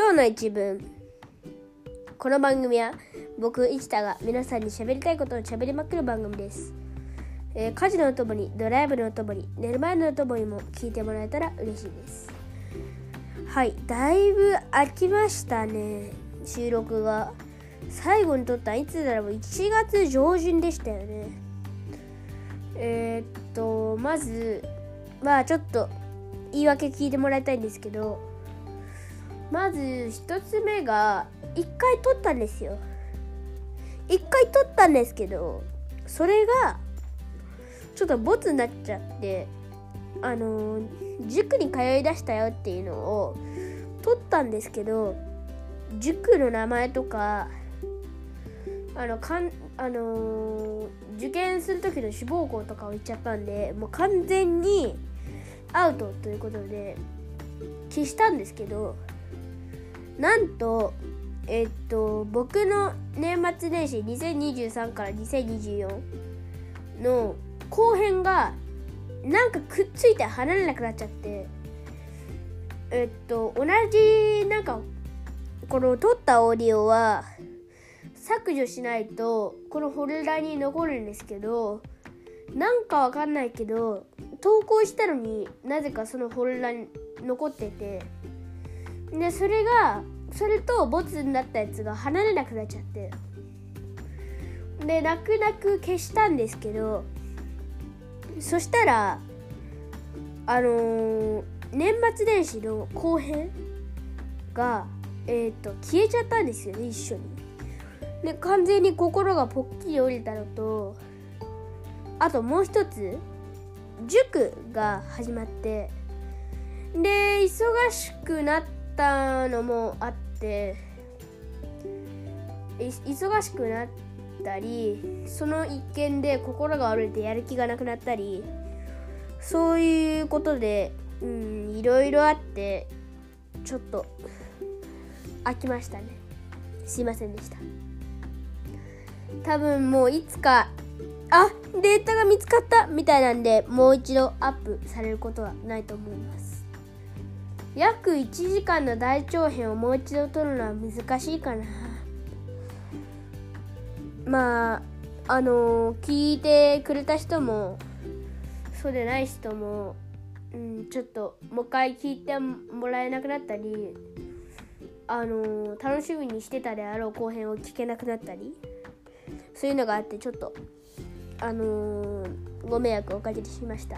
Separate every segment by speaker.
Speaker 1: 日の一文。この番組は僕市田が皆さんに喋りたいことを喋りまくる番組です。家事のお供に、ドライブのお供に、寝る前のお供にも聞いてもらえたら嬉しいです。はい、だいぶ空きましたね。収録が最後に撮ったいつだろう、1月上旬でしたよね。まずちょっと言い訳聞いてもらいたいんですけど、まず一つ目が1回撮ったんですよ。1回撮ったんですけど、それがちょっとボツになっちゃって、塾に通い出したよっていうのを撮ったんですけど、塾の名前とか受験する時の志望校とかを言っちゃったんで、もう完全にアウトということで消したんですけど、なんと僕の年末年始2023から2024の後編がなんかくっついて離れなくなっちゃって、同じこの撮ったオーディオは削除しないとこのフォルダに残るんですけど、なんかわかんないけど投稿したのになぜかそのフォルダに残ってて、でそれとボツになったやつが離れなくなっちゃって、で泣く消したんですけど、そしたら年末年始の後編が消えちゃったんですよね、一緒に。で完全に心がポッキリ折れたのと、あともう一つ塾が始まって、で忙しくなったのもあって、忙しくなったり、その一件で心が折れてやる気がなくなったり、そういうことでいろいろあってちょっと飽きましたね。すいませんでした。多分もういつかデータが見つかったみたいなんで、もう一度アップされることはないと思います。約1時間の大長編をもう一度撮るのは難しいかな。聞いてくれた人もそうでない人も、ちょっともう一回聞いてもらえなくなったり、楽しみにしてたであろう後編を聞けなくなったり、そういうのがあって、ちょっとご迷惑をおかけしました。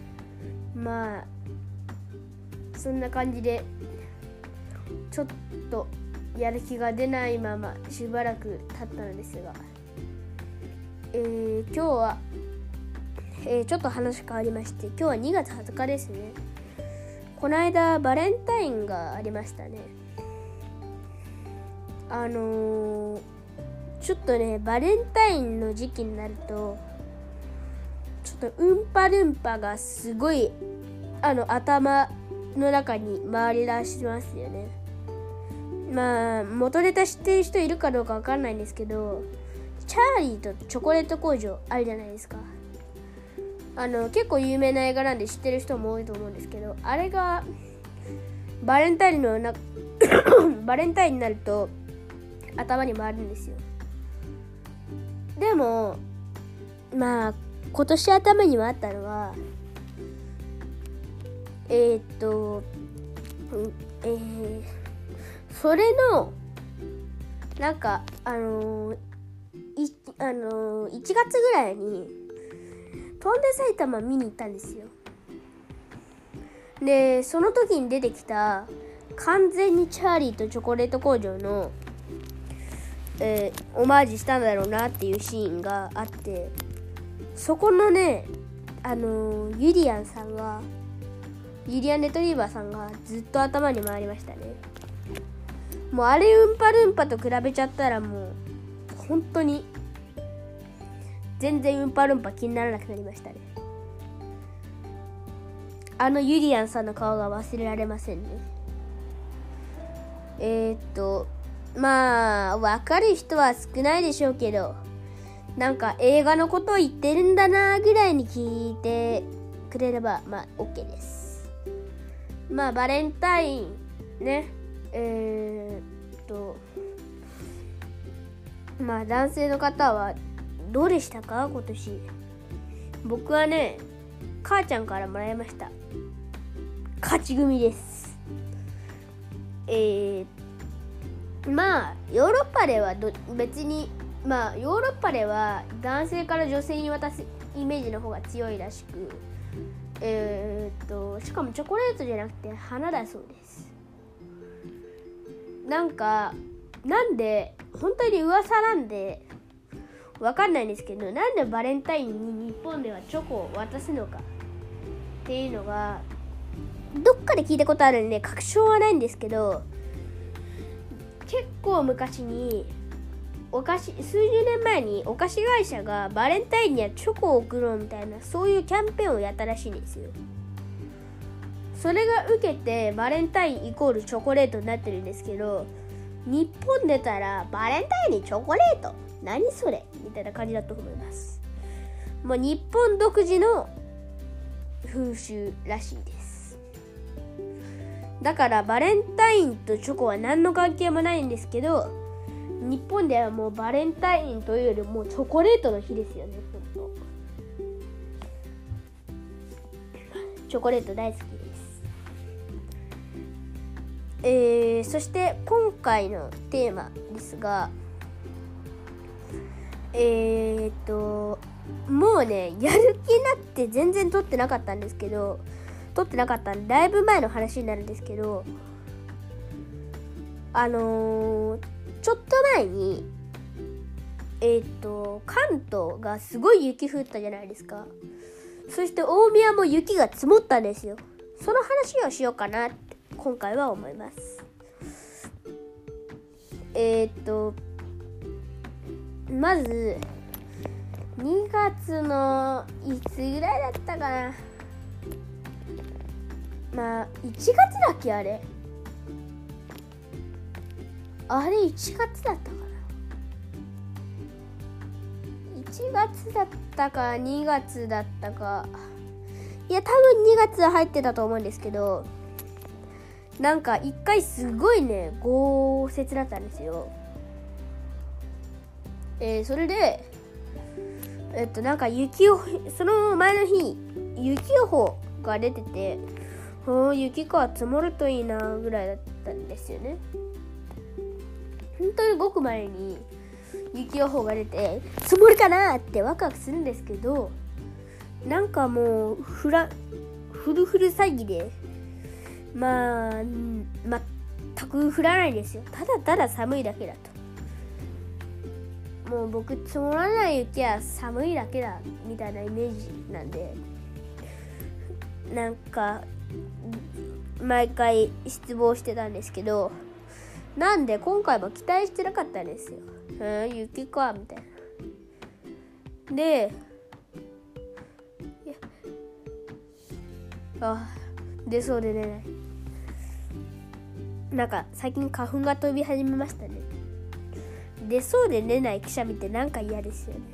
Speaker 1: そんな感じでちょっとやる気が出ないまましばらく経ったのですが、今日は、ちょっと話変わりまして、今日は2月20日ですね。この間バレンタインがありましたね。ちょっとね、バレンタインの時期になるとちょっとうんぱるんぱがすごい頭の中に回り出しますよね。元ネタ知ってる人いるかどうかわかんないんですけど、チャーリーとチョコレート工場あるじゃないですか。結構有名な映画なんで知ってる人も多いと思うんですけど、あれがバレンタインになると頭に回るんですよ。でも今年頭に回ったのはそれの1月ぐらいに飛んで埼玉見に行ったんですよ。でその時に出てきた完全にチャーリーとチョコレート工場の、オマージュしたんだろうなっていうシーンがあって、そこのねユリアンレトリーバーさんがずっと頭に回りましたね。もうあれうんぱるんぱと比べちゃったら、もう本当に全然うんぱるんぱ気にならなくなりましたね。ユリアンさんの顔が忘れられませんね。わかる人は少ないでしょうけど、映画のことを言ってるんだなぐらいに聞いてくれればOKです。バレンタインね、 まあ男性の方はどうでしたか今年。僕はね、母ちゃんからもらいました。勝ち組です。まあヨーロッパでは別にヨーロッパでは男性から女性に渡すイメージの方が強いらしく、しかもチョコレートじゃなくて花だそうです。なんで本当に噂なんでわかんないんですけど、なんでバレンタインに日本ではチョコを渡すのかっていうのがどっかで聞いたことあるんで確証はないんですけど、結構昔に数十年前にお菓子会社がバレンタインにはチョコを送ろうみたいな、そういうキャンペーンをやったらしいんですよ。それが受けてバレンタインイコールチョコレートになってるんですけど、日本出たらバレンタインにチョコレート何それみたいな感じだと思います。もう日本独自の風習らしいです。だからバレンタインとチョコは何の関係もないんですけど、日本ではもうバレンタインというよりもチョコレートの日ですよね。本当チョコレート大好きです。そして今回のテーマですが、もうねやる気になって全然撮ってなかったんでだいぶ前の話になるんですけど、ちょっと前に関東がすごい雪降ったじゃないですか。そして大宮も雪が積もったんですよ。その話をしようかなって今回は思います。まず2月のいつぐらいだったかな。1月だっけあれ1月だったかな。1月だったか2月だったか、いや多分2月入ってたと思うんですけど、一回すごいね豪雪だったんですよ。それでその前の日雪予報が出てて、雪か積もるといいなぐらいだったんですよね。本当にごく前に雪予報が出て積もるかなってワクワクするんですけど、もうフルフル詐欺で全く降らないんですよ。ただただ寒いだけだと。もう僕積もらない雪は寒いだけだみたいなイメージなんで、毎回失望してたんですけど、なんで今回も期待してなかったんですよ。雪かみたいな。で出そうでね、最近花粉が飛び始めましたね。出そうで出ない記者見て嫌ですよね。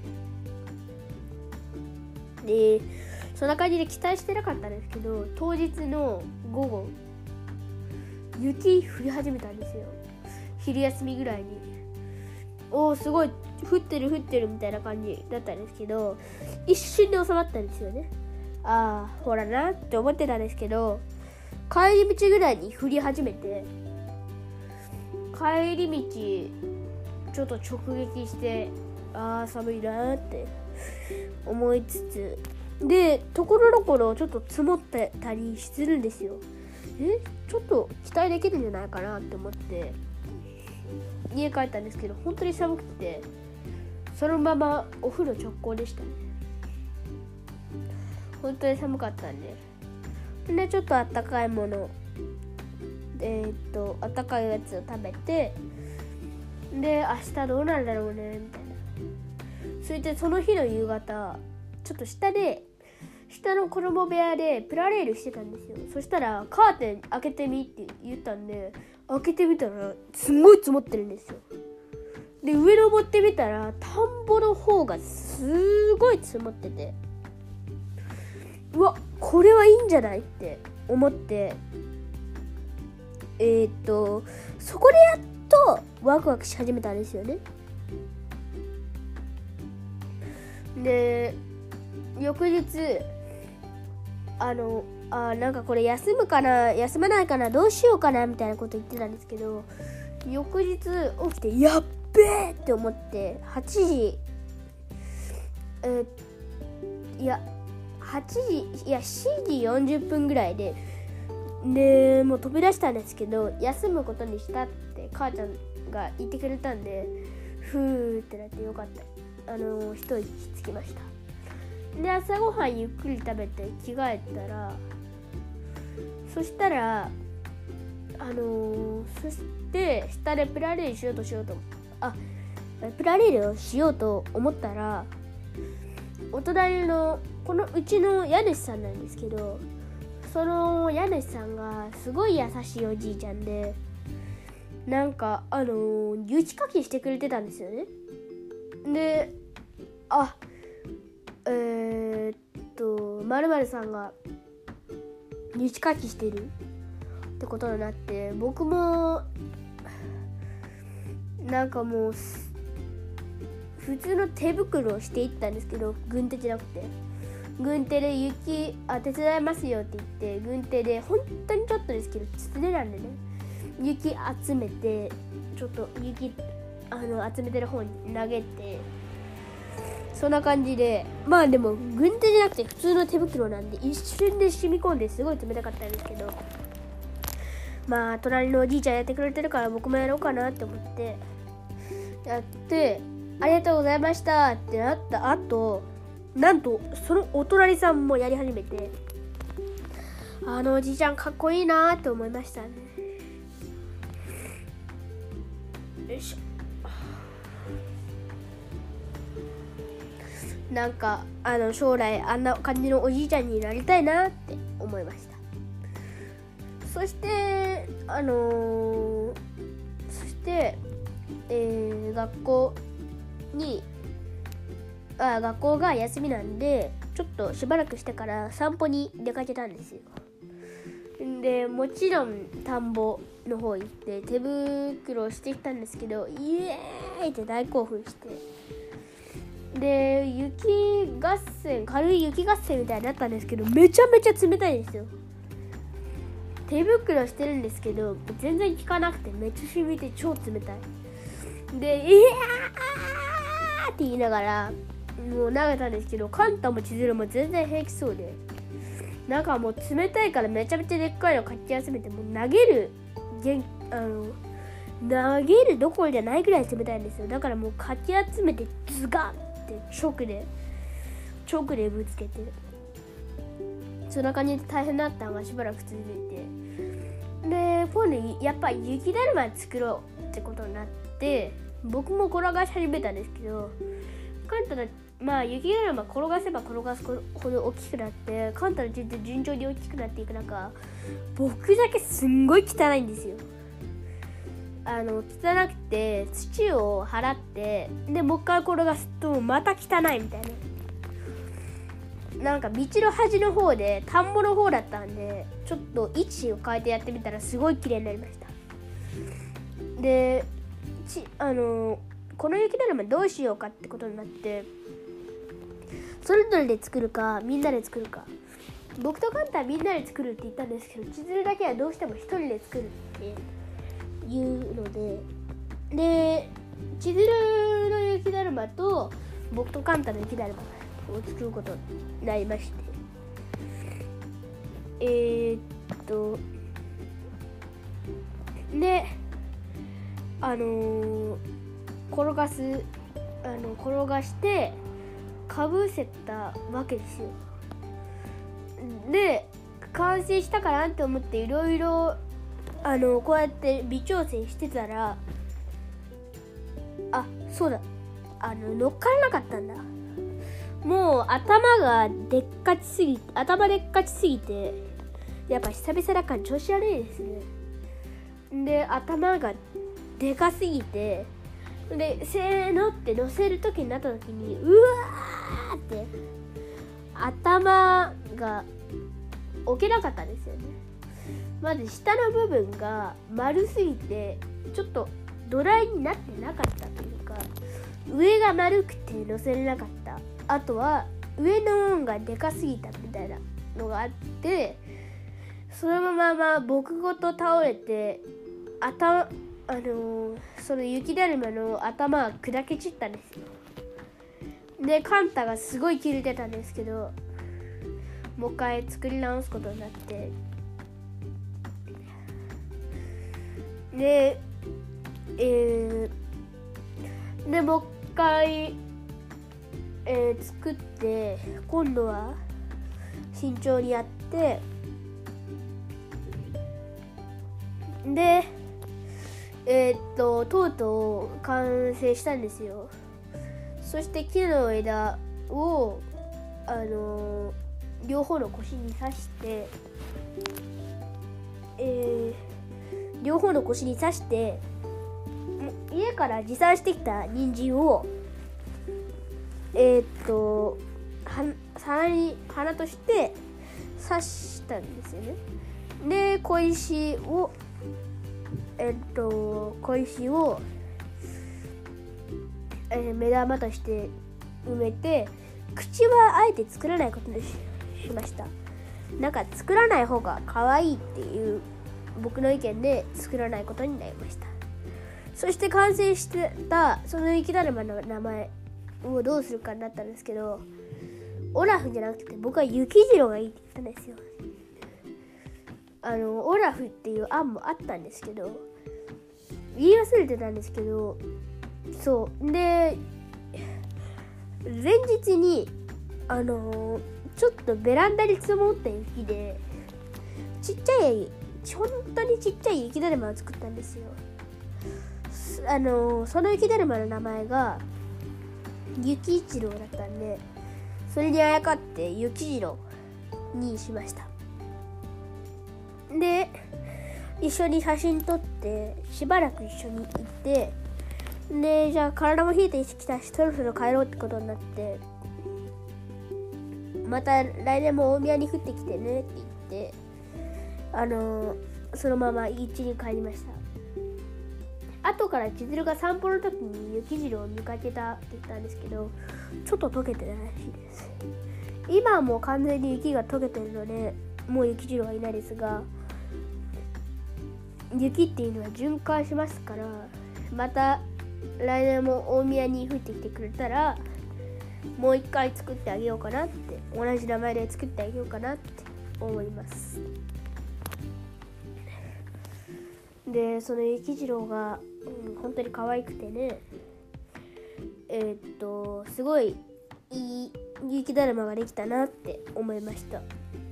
Speaker 1: でそんな感じで期待してなかったんですけど、当日の午後雪降り始めたんですよ。昼休みぐらいにすごい降ってるみたいな感じだったんですけど、一瞬で収まったんですよね。ほらなって思ってたんですけど、帰り道ぐらいに降り始めて、帰り道ちょっと直撃して、寒いなって思いつつで、ところどころちょっと積もってたりするんですよ。ちょっと期待できるんじゃないかなって思って家帰ったんですけど、本当に寒くてそのままお風呂直行でしたね。本当に寒かったんで、ちょっとあったかいものあったかいやつを食べて、で明日どうなるだろうねみたいな。それでその日の夕方ちょっと下の子供部屋でプラレールしてたんですよ。そしたらカーテン開けてみって言ったんで、開けてみたらすごい積もってるんですよ。で上登ってみたら田んぼの方がすごい積もってて、これはいいんじゃないって思って、 そこでやっとワクワクし始めたんですよね。で翌日なんかこれ休むかな休まないかなどうしようかなみたいなこと言ってたんですけど、翌日起きてやっべえって思って7時7時40分ぐらいでもう飛び出したんですけど、休むことにしたって母ちゃんが言ってくれたんで、ふーってなってよかった。一息つきました。で朝ごはんゆっくり食べて着替えたら、そして下でプラレールしようと思ったら、お隣のうちの家主さんなんですけど、その家主さんがすごい優しいおじいちゃんで、なんか雪かきしてくれてたんですよね。で〇〇さんが雪かきしてるってことになって、僕もなんかもう普通の手袋をしていったんですけど、軍手じゃなくて軍手で雪手伝いますよって言って、軍手で本当にちょっとですけどつてなんでね、雪集めてちょっと雪集めてる方に投げて、そんな感じで、まあでも軍手じゃなくて普通の手袋なんで一瞬で染み込んですごい冷たかったんですけど、まあ隣のおじいちゃんやってくれてるから僕もやろうかなって思ってやって、ありがとうございましたってなった後、なんとそのお隣さんもやり始めて、おじいちゃんかっこいいなって思いましたね。よいしょ。なんか将来あんな感じのおじいちゃんになりたいなって思いました。そして学校が休みなんで、ちょっとしばらくしてから散歩に出かけたんですよ。でもちろん田んぼの方行って手袋をしてきたんですけど、イエーイって大興奮して、で軽い雪合戦みたいになったんですけど、めちゃめちゃ冷たいですよ。手袋してるんですけど全然効かなくて、めっちゃ染みて超冷たいで、イエーって言いながらもう投げたんですけど、カンタも千鶴も全然平気そうで、なんかもう冷たいからめちゃめちゃでっかいのかき集めて、もう投げるどころじゃないぐらい冷たいんですよ。だからもうかき集めてズガンって直でぶつけて、そんな感じで大変だったのがしばらく続いて、で今度やっぱり雪だるま作ろうってことになって、僕も転がし始めたんですけど、カンタの雪だるま転がせば転がすほど大きくなって、カンタの順調に大きくなっていく中、僕だけすんごい汚いんですよ。汚くて土を払って、でもう一回転がすとまた汚いみたいな、なんか道の端の方で田んぼの方だったんで、ちょっと位置を変えてやってみたらすごい綺麗になりました。でこの雪だるまどうしようかってことになって、それぞれで作るかみんなで作るか、僕とカンタはみんなで作るって言ったんですけど、千鶴だけはどうしても一人で作るっていうので、千鶴の雪だるまと僕とカンタの雪だるまを作ることになりまして、で転がしてかぶせたわけですよ。で完成したかなって思っていろいろこうやって微調整してたら、そうだ、乗っからなかったんだ。もう頭でっかちすぎて、やっぱ久々だから調子悪いですね。で頭がでかすぎて、でせーのって乗せる時になった時に、うわーって頭が置けなかったんですよね。 まず下の部分が丸すぎてちょっと土台になってなかったというか、上が丸くて乗せれなかった。あとは上の門がでかすぎたみたいなのがあって、そのまま僕ごと倒れてその雪だるまの頭が砕け散ったんですよ。でカンタがすごい切れてたんですけど、もう一回作り直すことになって、でもう一回、作って、今度は慎重にやって、でとうとう完成したんですよ。そして木の枝を両方の腰に刺して、家から持参してきた人参を花として刺したんですよね。で小石を目玉として埋めて、口はあえて作らないことに しました。なんか作らない方が可愛いっていう僕の意見で作らないことになりました。そして完成してたその雪だるまの名前をどうするかになったんですけど、オラフじゃなくて僕は雪次郎がいいって言ったんですよ。オラフっていう案もあったんですけど、言い忘れてたんですけど、そうで前日にちょっとベランダに積もった雪で本当にちっちゃい雪だるまを作ったんですよ。その雪だるまの名前が雪一郎だったんで、それにあやかって雪次郎にしました。で一緒に写真撮ってしばらく一緒に行って、でじゃあ体も冷えてきたしそろそろ帰ろうってことになって、また来年も大宮に降ってきてねって言ってそのまま家に帰りました。後から千鶴が散歩の時に雪次郎を見かけたって言ったんですけど、ちょっと溶けてないらしいです。今はもう完全に雪が溶けてるのでもう雪次郎はいないですが、雪っていうのは循環しますから、また来年も大宮に降ってきてくれたらもう一回作ってあげようかなって、同じ名前で作ってあげようかなって思います。でその雪次郎が、本当に可愛くてね、すごいいい雪だるまができたなって思いました。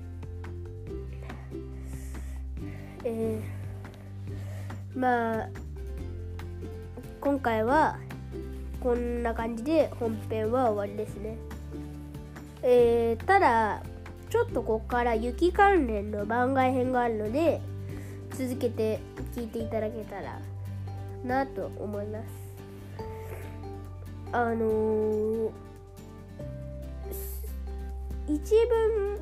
Speaker 1: まあ今回はこんな感じで本編は終わりですね。ただちょっとここから雪関連の番外編があるので続けて聞いていただけたらなと思います。一文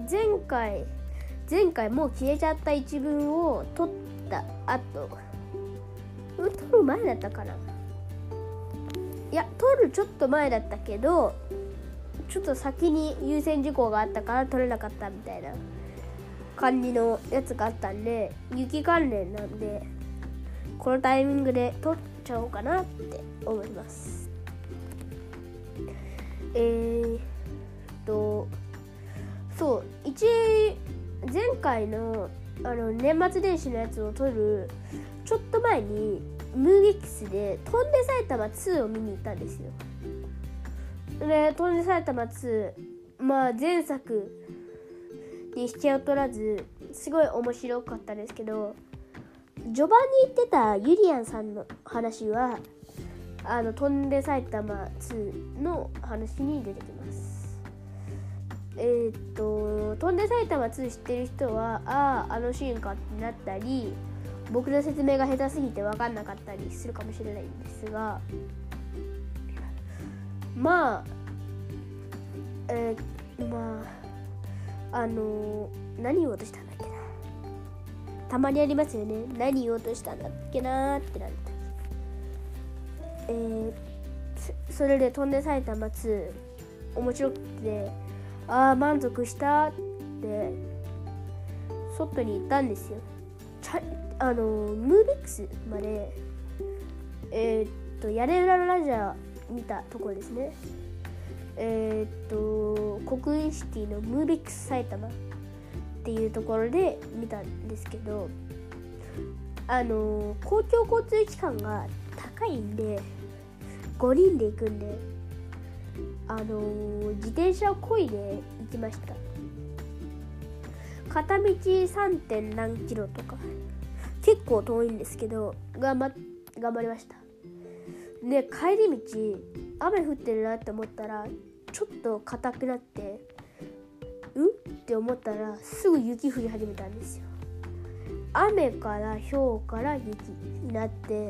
Speaker 1: 前回もう消えちゃった一文を取った後、取る前だったかな、いや取るちょっと前だったけどちょっと先に優先事項があったから取れなかったみたいな感じのやつがあったんで、雪関連なんでこのタイミングで取っちゃおうかなって思います。そう前回の年末年始のやつを撮るちょっと前にムービックスで飛んで埼玉2を見に行ったんですよ。で飛んで埼玉2、前作に引けを取らずすごい面白かったですけど、序盤に言ってたゆりやんさんの話は飛んで埼玉2の話に出てきます。飛んで埼玉2知ってる人はあのシーンかってなったり、僕の説明が下手すぎて分かんなかったりするかもしれないんですが、何を言おうとしたんだっけな。 たまにありますよね。何言おうとしたんだっけなーってなると、それで飛んで埼玉2面白くて、満足したって外に行ったんですよ。ムービックスまで屋根裏ラジャー見たところですね。国運シティのムービックス埼玉っていうところで見たんですけど、公共交通機関が高いんで5人で行くんで、自転車を漕いで行きました。片道 3. 何キロとか結構遠いんですけど頑張りました。で帰り道雨降ってるなって思ったらちょっと硬くなってって思ったらすぐ雪降り始めたんですよ。雨から氷から雪になって、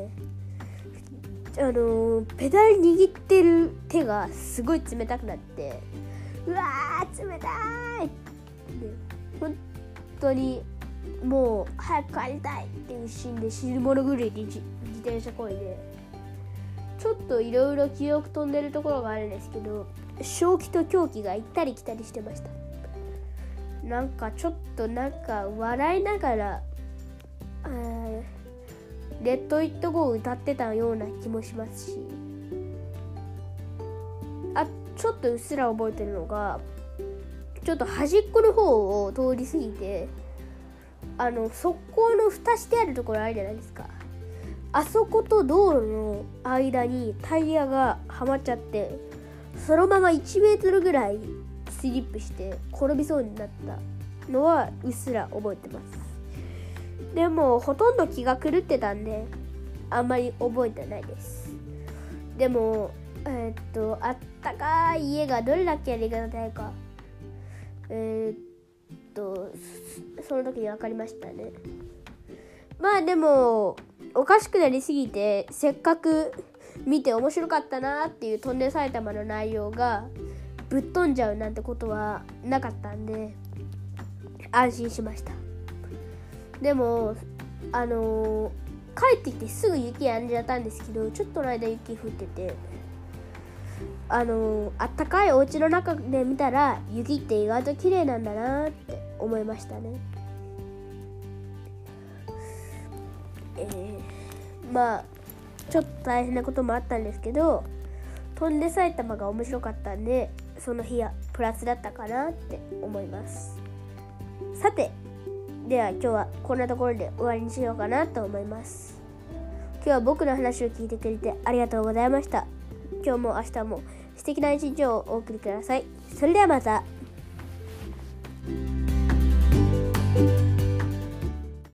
Speaker 1: ペダル握ってる手がすごい冷たくなって、うわー冷たいって本当にもう早く帰りたいっていう一心で死ぬ者狂いで自転車こいで、ちょっといろいろ記憶飛んでるところがあるんですけど、正気と狂気が行ったり来たりしてました。なんかちょっと笑いながらレッドイットゴー歌ってたような気もしますし、ちょっとうっすら覚えてるのが、ちょっと端っこの方を通り過ぎて側溝の蓋してあるところあるじゃないですか。あそこと道路の間にタイヤがはまっちゃって、そのまま1メートルぐらいスリップして転びそうになったのはうっすら覚えてます。でもほとんど気が狂ってたんであんまり覚えてないです。でもあったかい家がどれだけありがたいかその時に分かりましたね。でもおかしくなりすぎて、せっかく見て面白かったなっていう飛んで埼玉の内容がぶっ飛んじゃうなんてことはなかったんで安心しました。でも帰ってきてすぐ雪やんじゃったんですけど、ちょっとの間雪降ってて、あったかいお家の中で見たら雪って意外と綺麗なんだなって思いましたね。ちょっと大変なこともあったんですけど、飛んで埼玉が面白かったんで、その日はプラスだったかなって思います。さて、では今日はこんなところで終わりにしようかなと思います。今日は僕の話を聞いてくれてありがとうございました。今日も明日も素敵な一日をお送りください。それではまた。